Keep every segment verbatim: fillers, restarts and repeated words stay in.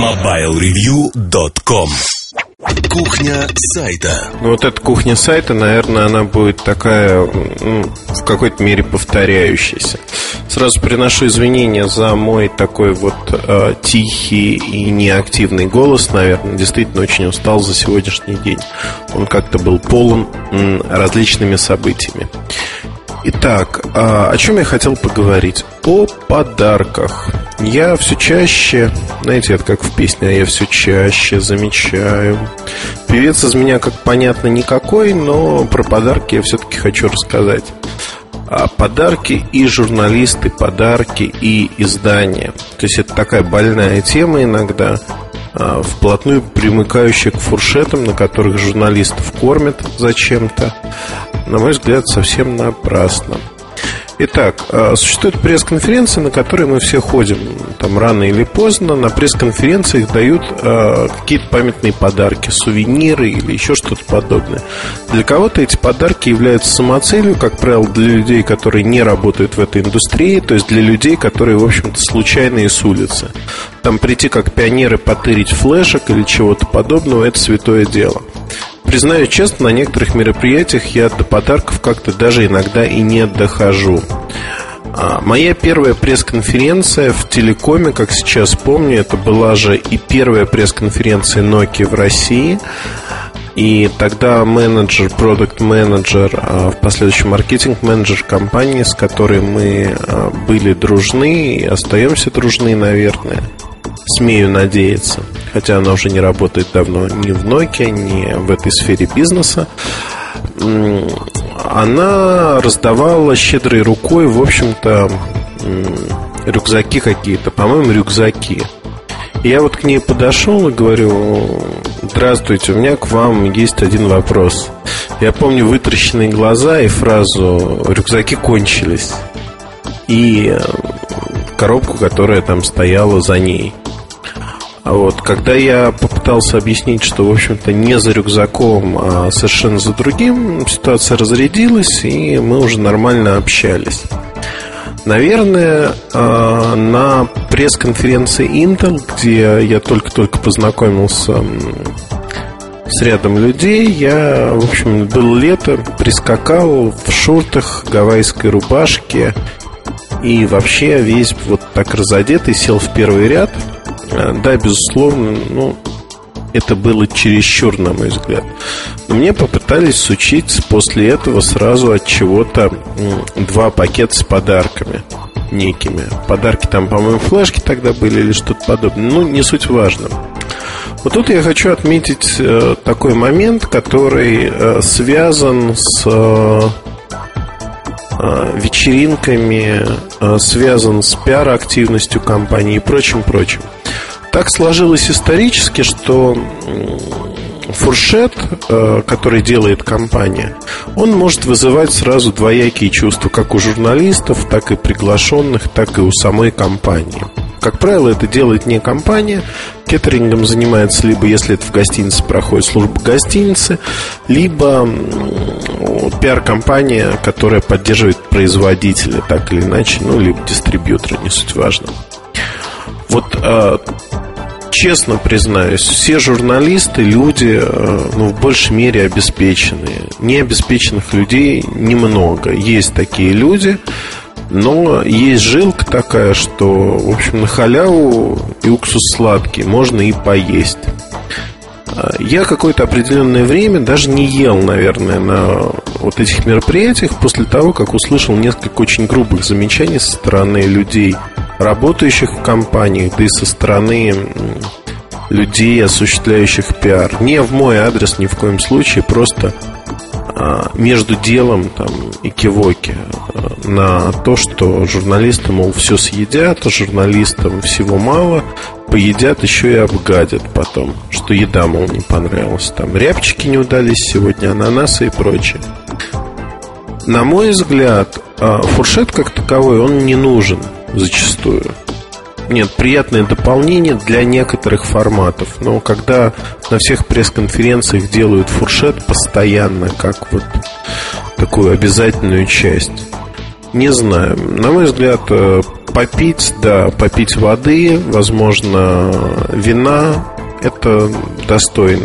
мобайл ревью точка ком. Кухня сайта. Ну, вот эта кухня сайта, наверное, она будет такая, ну, в какой-то мере повторяющаяся. Сразу приношу извинения за мой такой вот э, тихий и неактивный голос. Наверное, действительно очень устал за сегодняшний день. Он как-то был полон м, различными событиями. Итак, о чем я хотел поговорить? О подарках. Я все чаще, знаете, это как в песне, а я все чаще замечаю. Певец из меня, как понятно, никакой, но про подарки я все-таки хочу рассказать. А подарки и журналисты, подарки и издания. То есть это такая больная тема иногда, вплотную примыкающая к фуршетам, на которых журналистов кормят зачем-то. На мой взгляд, совсем напрасно. Итак, существует пресс-конференция, на которой мы все ходим. Там рано или поздно на пресс-конференциях дают э, какие-то памятные подарки, сувениры или еще что-то подобное. Для кого-то эти подарки являются самоцелью, как правило, для людей, которые не работают в этой индустрии, то есть для людей, которые, в общем-то, случайные с улицы. Там прийти как пионеры, потырить флешек или чего-то подобного — это святое дело. Признаюсь честно, на некоторых мероприятиях я до подарков как-то даже иногда и не дохожу. а, Моя первая пресс-конференция в телекоме, как сейчас помню, это была же и первая пресс-конференция Nokia в России. И тогда менеджер, продакт-менеджер, а в последующем маркетинг-менеджер компании, с которой мы а, были дружны и остаемся дружны, наверное, смею надеяться, хотя она уже не работает давно ни в Nokia, ни в этой сфере бизнеса. Она раздавала щедрой рукой, в общем-то, рюкзаки какие-то, по-моему, рюкзаки. И я вот к ней подошел и говорю: здравствуйте, у меня к вам есть один вопрос. Я помню вытаращенные глаза и фразу «рюкзаки кончились», и коробку, которая там стояла за ней. А вот когда я попытался объяснить, что, в общем-то, не за рюкзаком, а совершенно за другим, ситуация разрядилась, и мы уже нормально общались. Наверное, на пресс-конференции Intel, где я только-только познакомился с рядом людей, я, в общем, было лето, прискакал в шортах, гавайской рубашке и вообще весь вот так разодетый, сел в первый ряд. Да, безусловно, ну, это было чересчур, на мой взгляд. Но мне попытались сучить после этого сразу от чего-то два пакета с подарками некими. Подарки там, по-моему, флешки тогда были или что-то подобное. Ну, не суть важно. Вот тут я хочу отметить э, такой момент, который э, связан с э, э, вечеринками, э, связан с пиар-активностью компании и прочим-прочим. Так сложилось исторически, что фуршет, который делает компания, он может вызывать сразу двоякие чувства, как у журналистов, так и приглашенных, так и у самой компании. Как правило, это делает не компания. Кеттерингом занимается либо, если это в гостинице, проходит служба гостиницы, либо пиар-компания, которая поддерживает производителя, так или иначе, ну, либо дистрибьютора, не суть важно. Вот, э, честно признаюсь, все журналисты, люди, э, ну, в большей мере обеспеченные. Необеспеченных людей немного. Есть такие люди, но есть жилка такая, что, в общем, на халяву и уксус сладкий можно и поесть. Я какое-то определенное время даже не ел, наверное, на вот этих мероприятиях после того, как услышал несколько очень грубых замечаний со стороны людей, работающих в компаниях, да и со стороны людей, осуществляющих пиар. Не в мой адрес ни в коем случае, просто а, между делом там, и кивоки а, на то, что журналисты, мол, все съедят, а журналистам всего мало, поедят, еще и обгадят потом, что еда, мол, не понравилась. Там рябчики не удались сегодня, ананасы и прочее. На мой взгляд, фуршет как таковой, он не нужен зачастую. Нет, приятное дополнение для некоторых форматов. Но когда на всех пресс-конференциях делают фуршет постоянно, как вот такую обязательную часть, не знаю. На мой взгляд, попить, да, попить воды, возможно, вина, это достойно.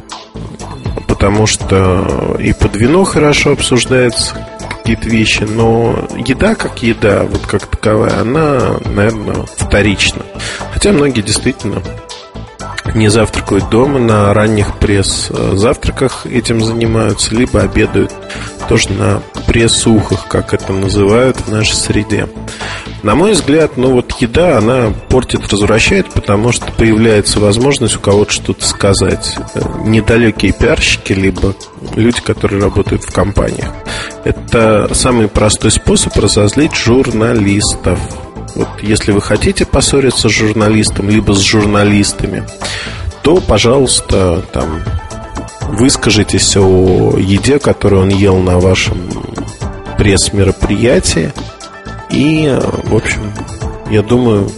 Потому что и под вино хорошо обсуждаются какие-то вещи, но еда как еда, вот как таковая, она, наверное, вторична. Хотя многие действительно не завтракают дома, на ранних пресс-завтраках этим занимаются, либо обедают тоже на пресс-ухах, как это называют в нашей среде. На мой взгляд, ну вот еда, она портит, развращает, потому что появляется возможность у кого-то что-то сказать. Недалекие пиарщики, либо люди, которые работают в компаниях. Это самый простой способ разозлить журналистов. Вот если вы хотите поссориться с журналистом, либо с журналистами, то, пожалуйста, там, выскажитесь о еде, которую он ел на вашем пресс-мероприятии. И, в общем, я думаю,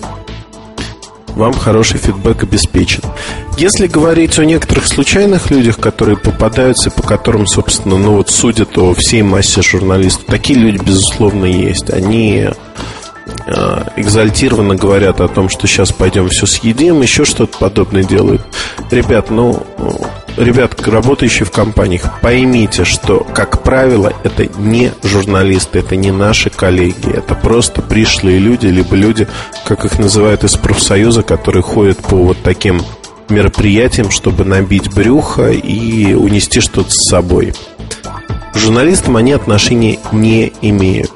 вам хороший фидбэк обеспечен. Если говорить о некоторых случайных людях, которые попадаются, по которым, собственно, ну вот судят о всей массе журналистов, такие люди, безусловно, есть. Они э, экзальтированно говорят о том, что сейчас пойдем все съедим, еще что-то подобное делают. Ребят, ну... Ребят, работающие в компаниях, поймите, что, как правило, это не журналисты, это не наши коллеги, это просто пришлые люди, либо люди, как их называют из профсоюза, которые ходят по вот таким мероприятиям, чтобы набить брюхо и унести что-то с собой. К журналистам они отношения не имеют.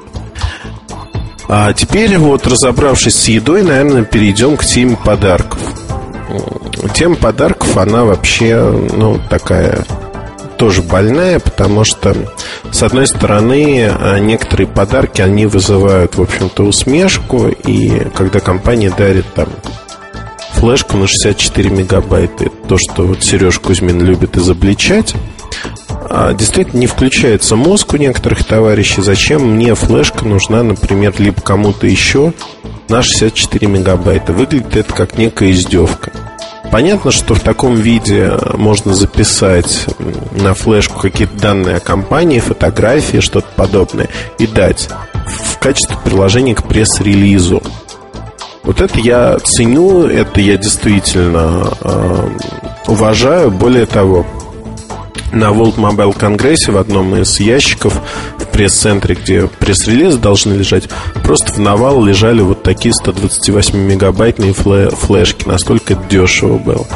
А теперь, вот разобравшись с едой, наверное, перейдем к теме подарков. Тема подарков, она вообще, ну, такая тоже больная, потому что, с одной стороны, некоторые подарки, они вызывают, в общем-то, усмешку. И когда компания дарит там флешку на шестьдесят четыре мегабайта, то, что вот Сереж Кузьмин любит изобличать, действительно не включается мозг у некоторых товарищей. Зачем мне флешка нужна, например, либо кому-то еще на шестьдесят четыре мегабайта? Выглядит это как некая издевка. Понятно, что в таком виде можно записать на флешку какие-то данные о компании, фотографии, что-то подобное, и дать в качестве приложения к пресс-релизу. Вот это я ценю, это я действительно э, уважаю. Более того, на World Mobile Конгрессе в одном из ящиков в пресс-центре, где пресс-релизы должны лежать, просто в навал лежали вот такие сто двадцать восемь мегабайтные флешки. Настолько это дешево было.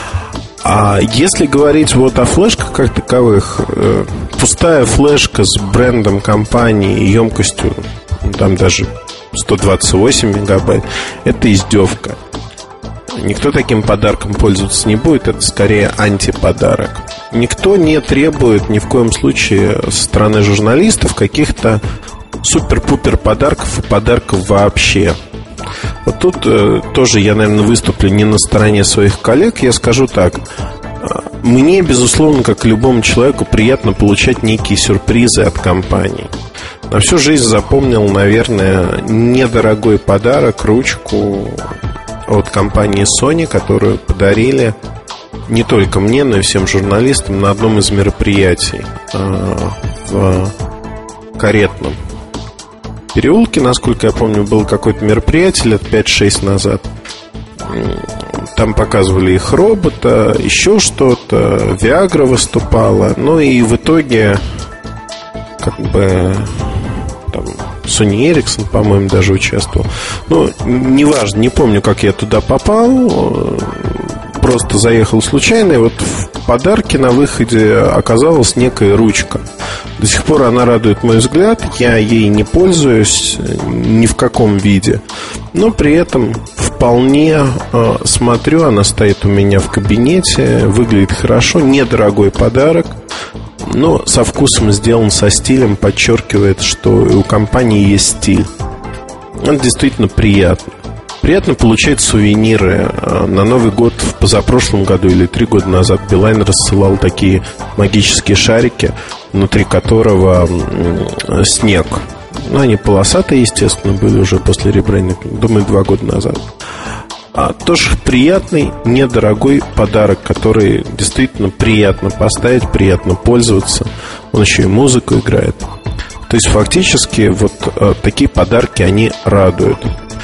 А если говорить вот о флешках как таковых, э, пустая флешка с брендом компании и емкостью, там даже сто двадцать восемь мегабайт, это издевка. Никто таким подарком пользоваться не будет. Это скорее антиподарок. Никто не требует ни в коем случае со стороны журналистов каких-то супер-пупер подарков и подарков вообще. Вот тут э, тоже я, наверное, выступлю не на стороне своих коллег. Я скажу так: мне, безусловно, как и любому человеку, приятно получать некие сюрпризы от компании. На всю жизнь запомнил, наверное, недорогой подарок, ручку от компании Sony, которую подарили не только мне, но и всем журналистам на одном из мероприятий э, в Каретном переулке. Насколько я помню, было какое-то мероприятие лет пять-шесть назад. Там показывали их робота, еще что-то, Viagra выступала. Ну и в итоге как бы там Sony Ericsson, по-моему, даже участвовал. Ну, неважно, не помню, как я туда попал. Просто заехал случайно, и вот в подарке на выходе оказалась некая ручка. До сих пор она радует мой взгляд. Я ей не пользуюсь ни в каком виде, но при этом вполне э, смотрю. Она стоит у меня в кабинете, выглядит хорошо. Недорогой подарок, но со вкусом сделан, со стилем, подчеркивает, что у компании есть стиль. Это действительно приятно. Приятно получать сувениры. На Новый год в позапрошлом году или три года назад Билайн рассылал такие магические шарики, внутри которого снег. Ну, они полосатые, естественно, были уже после ребрендинга, думаю, два года назад. А тоже приятный, недорогой подарок, который действительно приятно поставить, приятно пользоваться. Он еще и музыку играет. То есть фактически вот э, такие подарки, они радуют.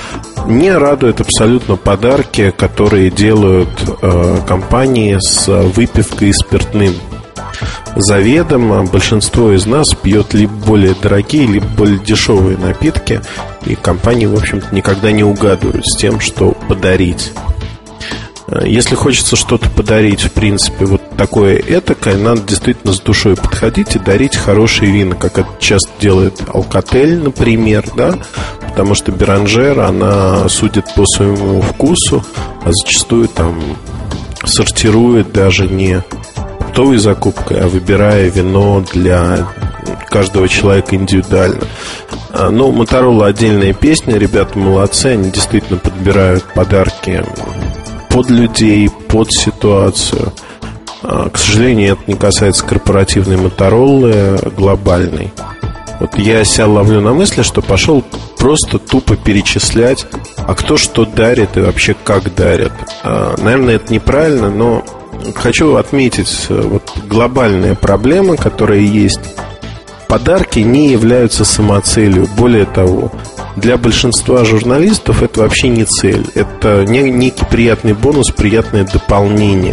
Не радуют абсолютно подарки, которые делают э, компании с выпивкой и спиртным. Заведомо большинство из нас пьет либо более дорогие, либо более дешевые напитки, и компании, в общем-то, никогда не угадывают с тем, что подарить. Если хочется что-то подарить, в принципе, вот такое этакое, надо действительно с душой подходить и дарить хорошие вина, как это часто делает Alcatel, например, да, потому что Beranger, она судит по своему вкусу, а зачастую там сортирует даже не оптовой закупкой, а выбирая вино для каждого человека индивидуально. Ну, Motorola отдельная песня, ребята молодцы, они действительно подбирают подарки под людей, под ситуацию. К сожалению, это не касается корпоративной Motorola глобальной. Вот я себя ловлю на мысли, что пошел просто тупо перечислять, а кто что дарит и вообще как дарит. Наверное, это неправильно, но хочу отметить вот глобальная проблема, которая есть. Подарки не являются самоцелью. Более того, для большинства журналистов это вообще не цель. Это некий приятный бонус, приятное дополнение.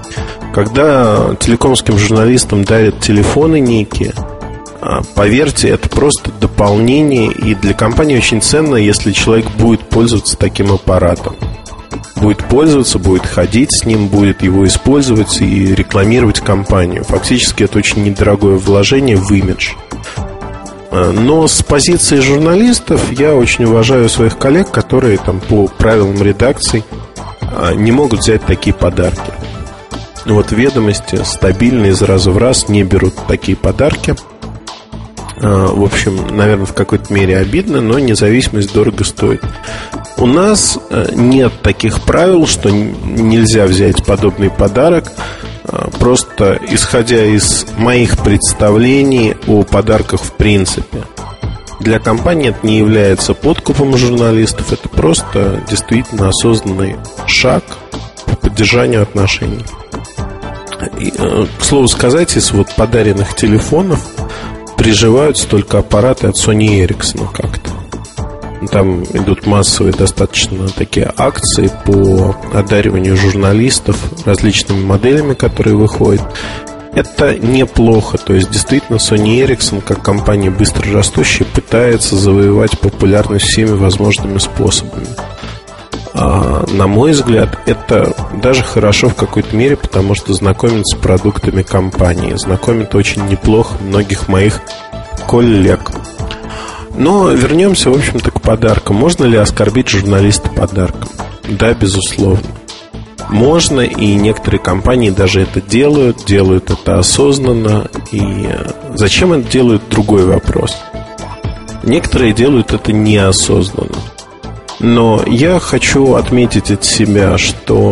Когда телекомским журналистам дарят телефоны некие, поверьте, это просто дополнение. И для компании очень ценно, если человек будет пользоваться таким аппаратом. Будет пользоваться, будет ходить с ним, будет его использовать и рекламировать компанию. Фактически это очень недорогое вложение в имидж. Но с позиции журналистов я очень уважаю своих коллег, которые там по правилам редакций не могут взять такие подарки. Вот «Ведомости» стабильно из раза в раз не берут такие подарки. В общем, наверное, в какой-то мере обидно, но независимость дорого стоит. У нас нет таких правил, что нельзя взять подобный подарок. Просто исходя из моих представлений о подарках в принципе. Для компании это не является подкупом журналистов. Это просто действительно осознанный шаг по поддержанию отношений. И, к слову сказать, из вот подаренных телефонов приживаются только аппараты от Sony Ericsson как-то. Там идут массовые достаточно такие акции по одариванию журналистов различными моделями, которые выходят. Это неплохо. То есть действительно Sony Ericsson, как компания быстро растущая, пытается завоевать популярность всеми возможными способами. А, на мой взгляд, это даже хорошо в какой-то мере, потому что знакомит с продуктами компании. Знакомит очень неплохо многих моих коллег. Но вернемся, в общем-то, к подаркам. Можно ли оскорбить журналиста подарком? Да, безусловно. Можно, и некоторые компании даже это делают. Делают это осознанно. И зачем это делают, другой вопрос. Некоторые делают это неосознанно. Но я хочу отметить от себя, что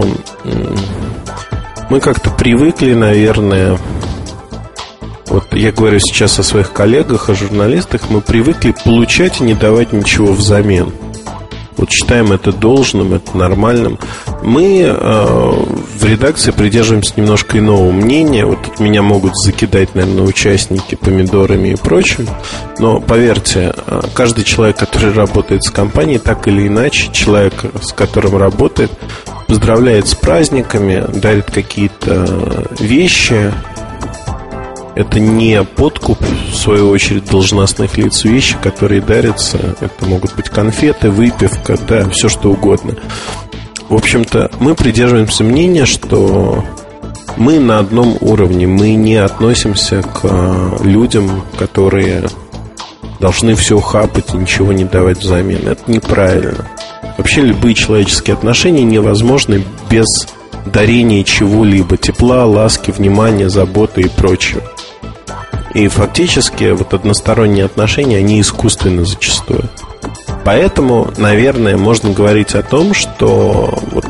мы как-то привыкли, наверное. Вот я говорю сейчас о своих коллегах, о журналистах. Мы привыкли получать и не давать ничего взамен. Вот считаем это должным, это нормальным. Мы э, в редакции придерживаемся немножко иного мнения. Вот тут меня могут закидать, наверное, участники помидорами и прочим. Но поверьте, каждый человек, который работает с компанией, так или иначе, человек, с которым работает, поздравляет с праздниками, дарит какие-то вещи. Это не подкуп, в свою очередь, должностных лиц. Вещи, которые дарятся, это могут быть конфеты, выпивка, да, все что угодно. В общем-то, мы придерживаемся мнения, что мы на одном уровне. Мы не относимся к людям, которые должны все хапать и ничего не давать взамен. Это неправильно. Вообще любые человеческие отношения невозможны без дарения чего-либо. Тепла, ласки, внимания, заботы и прочего. И фактически вот односторонние отношения, они искусственны зачастую. Поэтому, наверное, можно говорить о том, что вот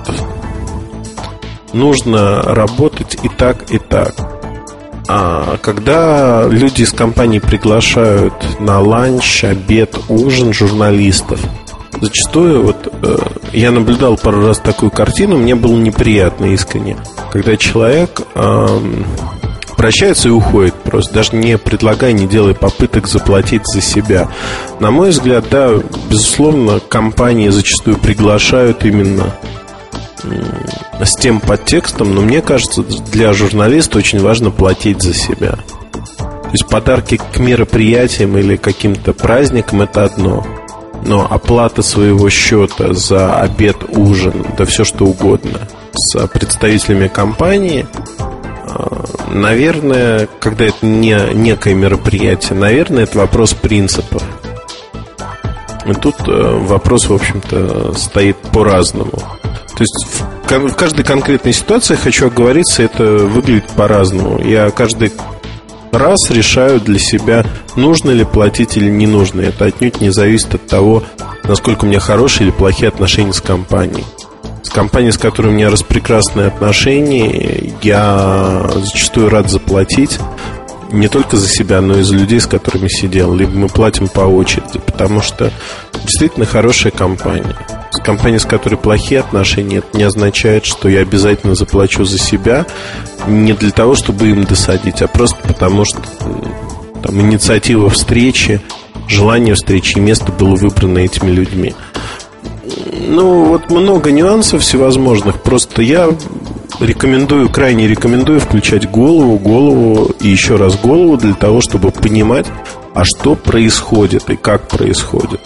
нужно работать и так, и так. А когда люди из компании приглашают на ланч, обед, ужин журналистов, зачастую вот э, я наблюдал пару раз такую картину, мне было неприятно искренне, когда человек э, прощаются и уходят просто, даже не предлагая, не делая попыток заплатить за себя. На мой взгляд, да, безусловно, компании зачастую приглашают именно с тем подтекстом, но мне кажется, для журналиста очень важно платить за себя. То есть подарки к мероприятиям или каким-то праздникам — это одно, но оплата своего счета за обед, ужин, да все что угодно с представителями компании, наверное, когда это не некое мероприятие, наверное, это вопрос принципа. И тут вопрос, в общем-то, стоит по-разному. То есть в каждой конкретной ситуации, хочу оговориться, это выглядит по-разному. Я каждый раз решаю для себя, нужно ли платить или не нужно. Это отнюдь не зависит от того, насколько у меня хорошие или плохие отношения с компанией. С компанией, с которой у меня распрекрасные отношения, я зачастую рад заплатить не только за себя, но и за людей, с которыми сидел. Либо мы платим по очереди, потому что действительно хорошая компания. С компанией, с которой плохие отношения, это не означает, что я обязательно заплачу за себя. Не для того, чтобы им досадить, а просто потому, что там инициатива встречи, желание встречи и место было выбрано этими людьми. Ну, вот много нюансов всевозможных. Просто я рекомендую, крайне рекомендую включать голову, голову и еще раз голову для того, чтобы понимать, а что происходит и как происходит.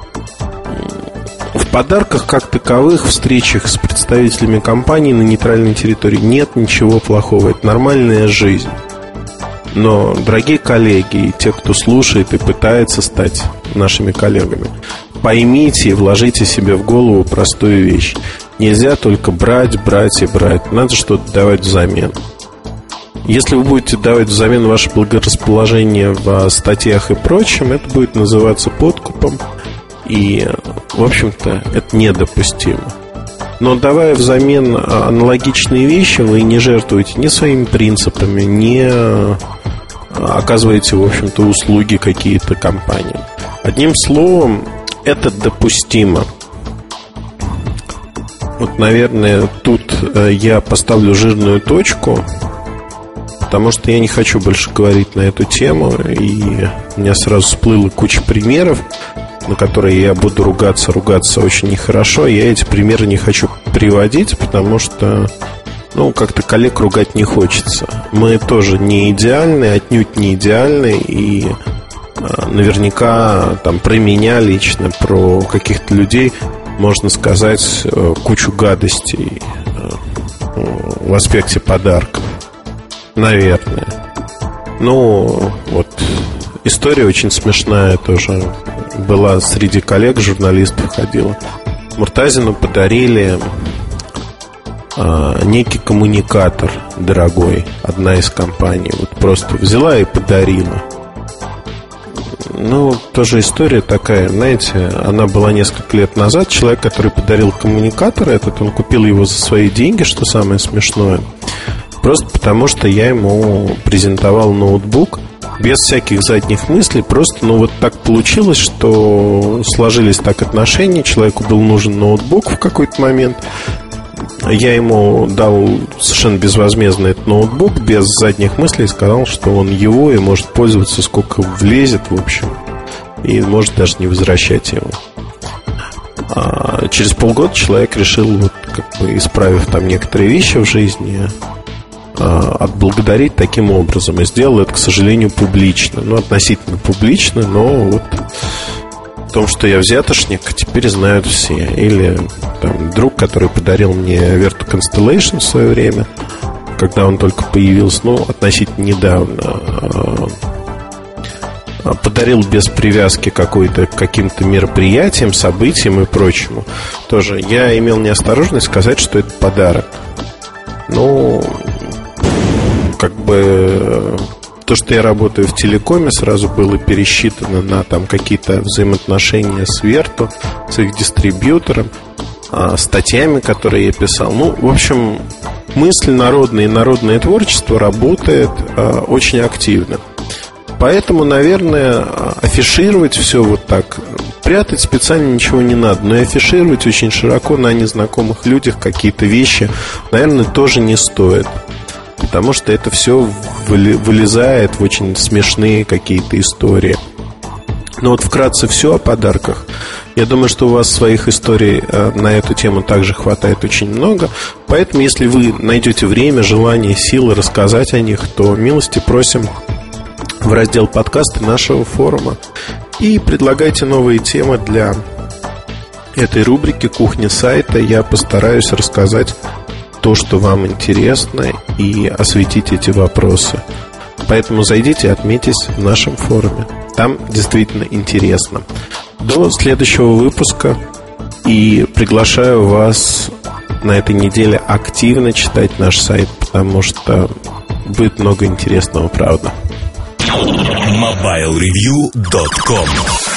В подарках как таковых, встречах с представителями компании на нейтральной территории нет ничего плохого. Это нормальная жизнь. Но, дорогие коллеги и те, кто слушает и пытается стать нашими коллегами, поймите и вложите себе в голову простую вещь. Нельзя только брать, брать и брать. Надо что-то давать взамен. Если вы будете давать взамен ваше благорасположение в статьях и прочем, это будет называться подкупом. И, в общем-то, это недопустимо. Но давая взамен аналогичные вещи, вы не жертвуете ни своими принципами, не оказываете, в общем-то, услуги какие-то компаниям. Одним словом, это допустимо. Вот, наверное, тут я поставлю жирную точку, потому что я не хочу больше говорить на эту тему. И у меня сразу всплыла куча примеров, на которые я буду ругаться, ругаться очень нехорошо. Я эти примеры не хочу приводить, потому что, ну, как-то коллег ругать не хочется. Мы тоже не идеальны, отнюдь не идеальны. И наверняка там про меня лично, про каких-то людей можно сказать кучу гадостей в аспекте подарка. Наверное. Ну, вот история очень смешная тоже была среди коллег, журналистов ходила. Муртазину подарили а, некий коммуникатор дорогой, одна из компаний. Вот просто взяла и подарила. Ну, тоже история такая, знаете, она была несколько лет назад. Человек, который подарил коммуникатор этот, он купил его за свои деньги, что самое смешное. Просто потому, что я ему презентовал ноутбук без всяких задних мыслей. Просто, ну, вот так получилось, что сложились так отношения. Человеку был нужен ноутбук в какой-то момент. Я ему дал совершенно безвозмездно этот ноутбук, без задних мыслей, сказал, что он его и может пользоваться сколько влезет, в общем, и может даже не возвращать его. А через полгода человек решил, вот, как бы исправив там некоторые вещи в жизни, отблагодарить таким образом. И сделал это, к сожалению, публично. Ну, относительно публично, но вот о том, что я взятошник, теперь знают все. Или там друг, который подарил мне Vertu Constellation в свое время, когда он только появился, ну, относительно недавно, подарил без привязки какой-то к каким-то мероприятиям, событиям и прочему. Тоже я имел неосторожность сказать, что это подарок. Ну, как бы то, что я работаю в телекоме, сразу было пересчитано на там какие-то взаимоотношения с Vertu, с их дистрибьютором, статьями, которые я писал. Ну, в общем, мысль народная и народное творчество работает очень активно. Поэтому, наверное, афишировать все вот так, прятать специально ничего не надо. Но и афишировать очень широко на незнакомых людях какие-то вещи, наверное, тоже не стоит. Потому что это все вылезает в очень смешные какие-то истории. Ну вот вкратце все о подарках. Я думаю, что у вас своих историй на эту тему также хватает очень много. Поэтому, если вы найдете время, желание, силы рассказать о них, то милости просим в раздел подкасты нашего форума. И предлагайте новые темы для этой рубрики «Кухня сайта». Я постараюсь рассказать то, что вам интересно, и осветить эти вопросы. Поэтому зайдите и отметьтесь в нашем форуме. Там действительно интересно. До следующего выпуска. И приглашаю вас на этой неделе активно читать наш сайт, потому что будет много интересного, правда. мобайл ревью точка ком.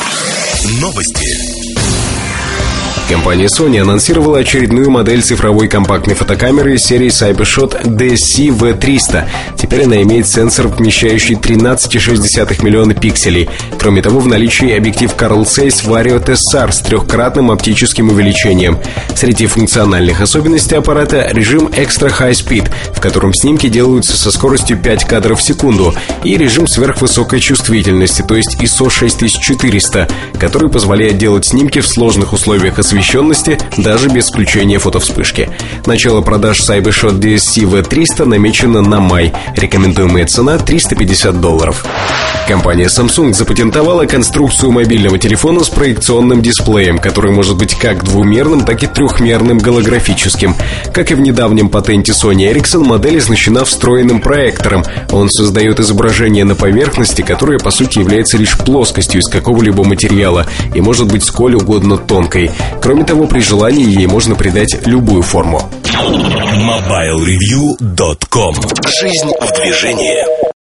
Новости. Компания Sony анонсировала очередную модель цифровой компактной фотокамеры серии CyberShot ди эс си ви триста. Теперь она имеет сенсор, вмещающий тринадцать целых шесть десятых миллиона пикселей. Кроме того, в наличии объектив Carl Zeiss Vario ти эс ар с трехкратным оптическим увеличением. Среди функциональных особенностей аппарата режим Extra High Speed, в котором снимки делаются со скоростью пять кадров в секунду, и режим сверхвысокой чувствительности, то есть ай эс о шесть тысяч четыреста, который позволяет делать снимки в сложных условиях освещения, даже без включения фотовспышки. Начало продаж CyberShot ди эс си ви триста намечено на май. Рекомендуемая цена триста пятьдесят долларов. Компания Samsung запатентовала конструкцию мобильного телефона с проекционным дисплеем, который может быть как двумерным, так и трехмерным голографическим. Как и в недавнем патенте Sony Ericsson, модель оснащена встроенным проектором. Он создает изображение на поверхности, которая по сути является лишь плоскостью из какого-либо материала и может быть сколь угодно тонкой. Кроме того, при желании ей можно придать любую форму. мобайл ревью точка ком. Жизнь в движении.